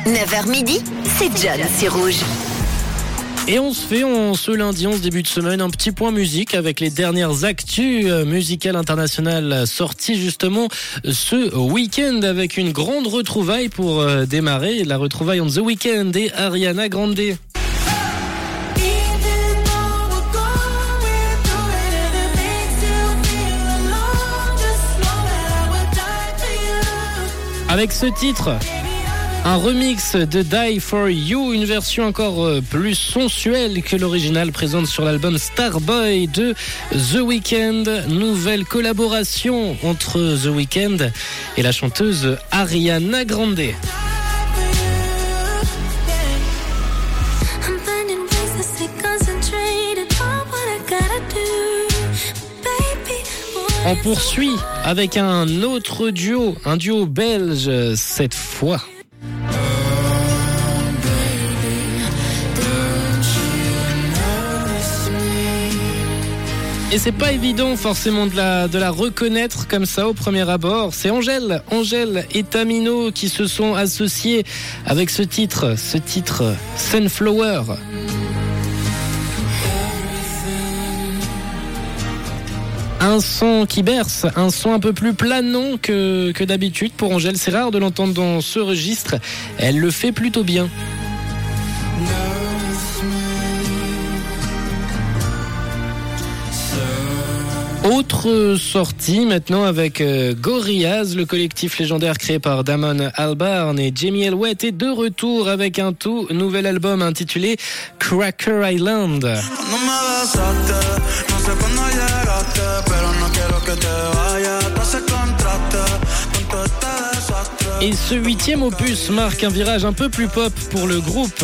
9h midi, c'est John sur Rouge. Et on se fait ce lundi, en ce début de semaine, un petit point musique avec les dernières actus musicales internationales sorties justement ce week-end avec une grande retrouvaille pour démarrer. La retrouvaille on The Weeknd et Ariana Grande. Avec ce titre, un remix de Die For You, une version encore plus sensuelle que l'original présente sur l'album Starboy de The Weeknd. Nouvelle collaboration entre The Weeknd et la chanteuse Ariana Grande. On poursuit avec un autre duo, un duo belge cette fois. Et c'est pas évident forcément de la reconnaître comme ça au premier abord. C'est Angèle et Tamino qui se sont associés avec ce titre Sunflower. Un son qui berce, un son un peu plus planant que d'habitude pour Angèle. C'est rare de l'entendre dans ce registre. Elle le fait plutôt bien. Autre sortie maintenant avec Gorillaz, le collectif légendaire créé par Damon Albarn et Jamie Elliott est de retour avec un tout nouvel album intitulé Cracker Island. Et ce 8e opus marque un virage un peu plus pop pour le groupe.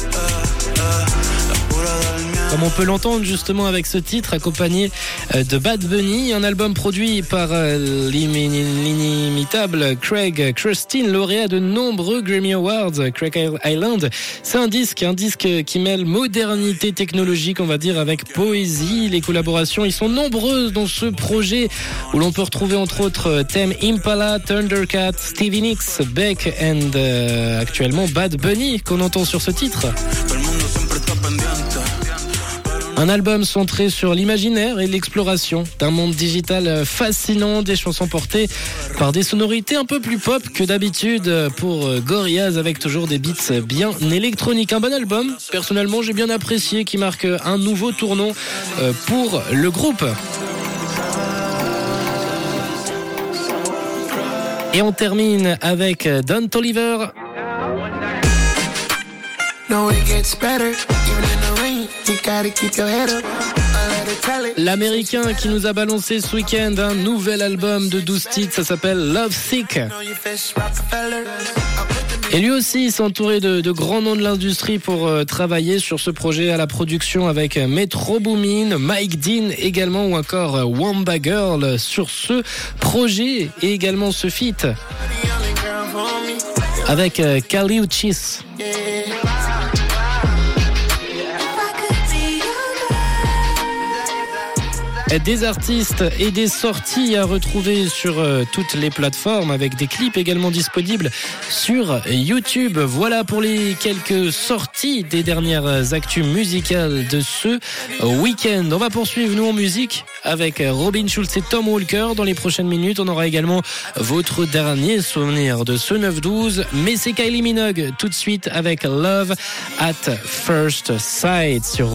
Comme on peut l'entendre justement avec ce titre accompagné de Bad Bunny, un album produit par l'inimitable Craig Krustin, lauréat de nombreux Grammy Awards. Cracker Island, c'est un disque qui mêle modernité technologique, on va dire, avec poésie. Les collaborations, ils sont nombreuses dans ce projet où l'on peut retrouver entre autres Tame Impala, Thundercat, Stevie Nicks, Beck and actuellement Bad Bunny qu'on entend sur ce titre. Un album centré sur l'imaginaire et l'exploration d'un monde digital fascinant, des chansons portées par des sonorités un peu plus pop que d'habitude pour Gorillaz avec toujours des beats bien électroniques. Un bon album, personnellement j'ai bien apprécié, qui marque un nouveau tournant pour le groupe. Et on termine avec Don Toliver. L'américain qui nous a balancé ce week-end un nouvel album de 12 titres, ça s'appelle Love Sick. Et lui aussi s'est entouré de grands noms de l'industrie pour travailler sur ce projet à la production avec Metro Boomin, Mike Dean également ou encore Wamba Girl sur ce projet et également ce feat avec Kali Uchis. Des artistes et des sorties à retrouver sur toutes les plateformes avec des clips également disponibles sur YouTube. Voilà pour les quelques sorties des dernières actus musicales de ce week-end. On va poursuivre nous en musique avec Robin Schulz et Tom Walker. Dans les prochaines minutes, on aura également votre dernier souvenir de ce 9-12. Mais c'est Kylie Minogue tout de suite avec Love at First Sight sur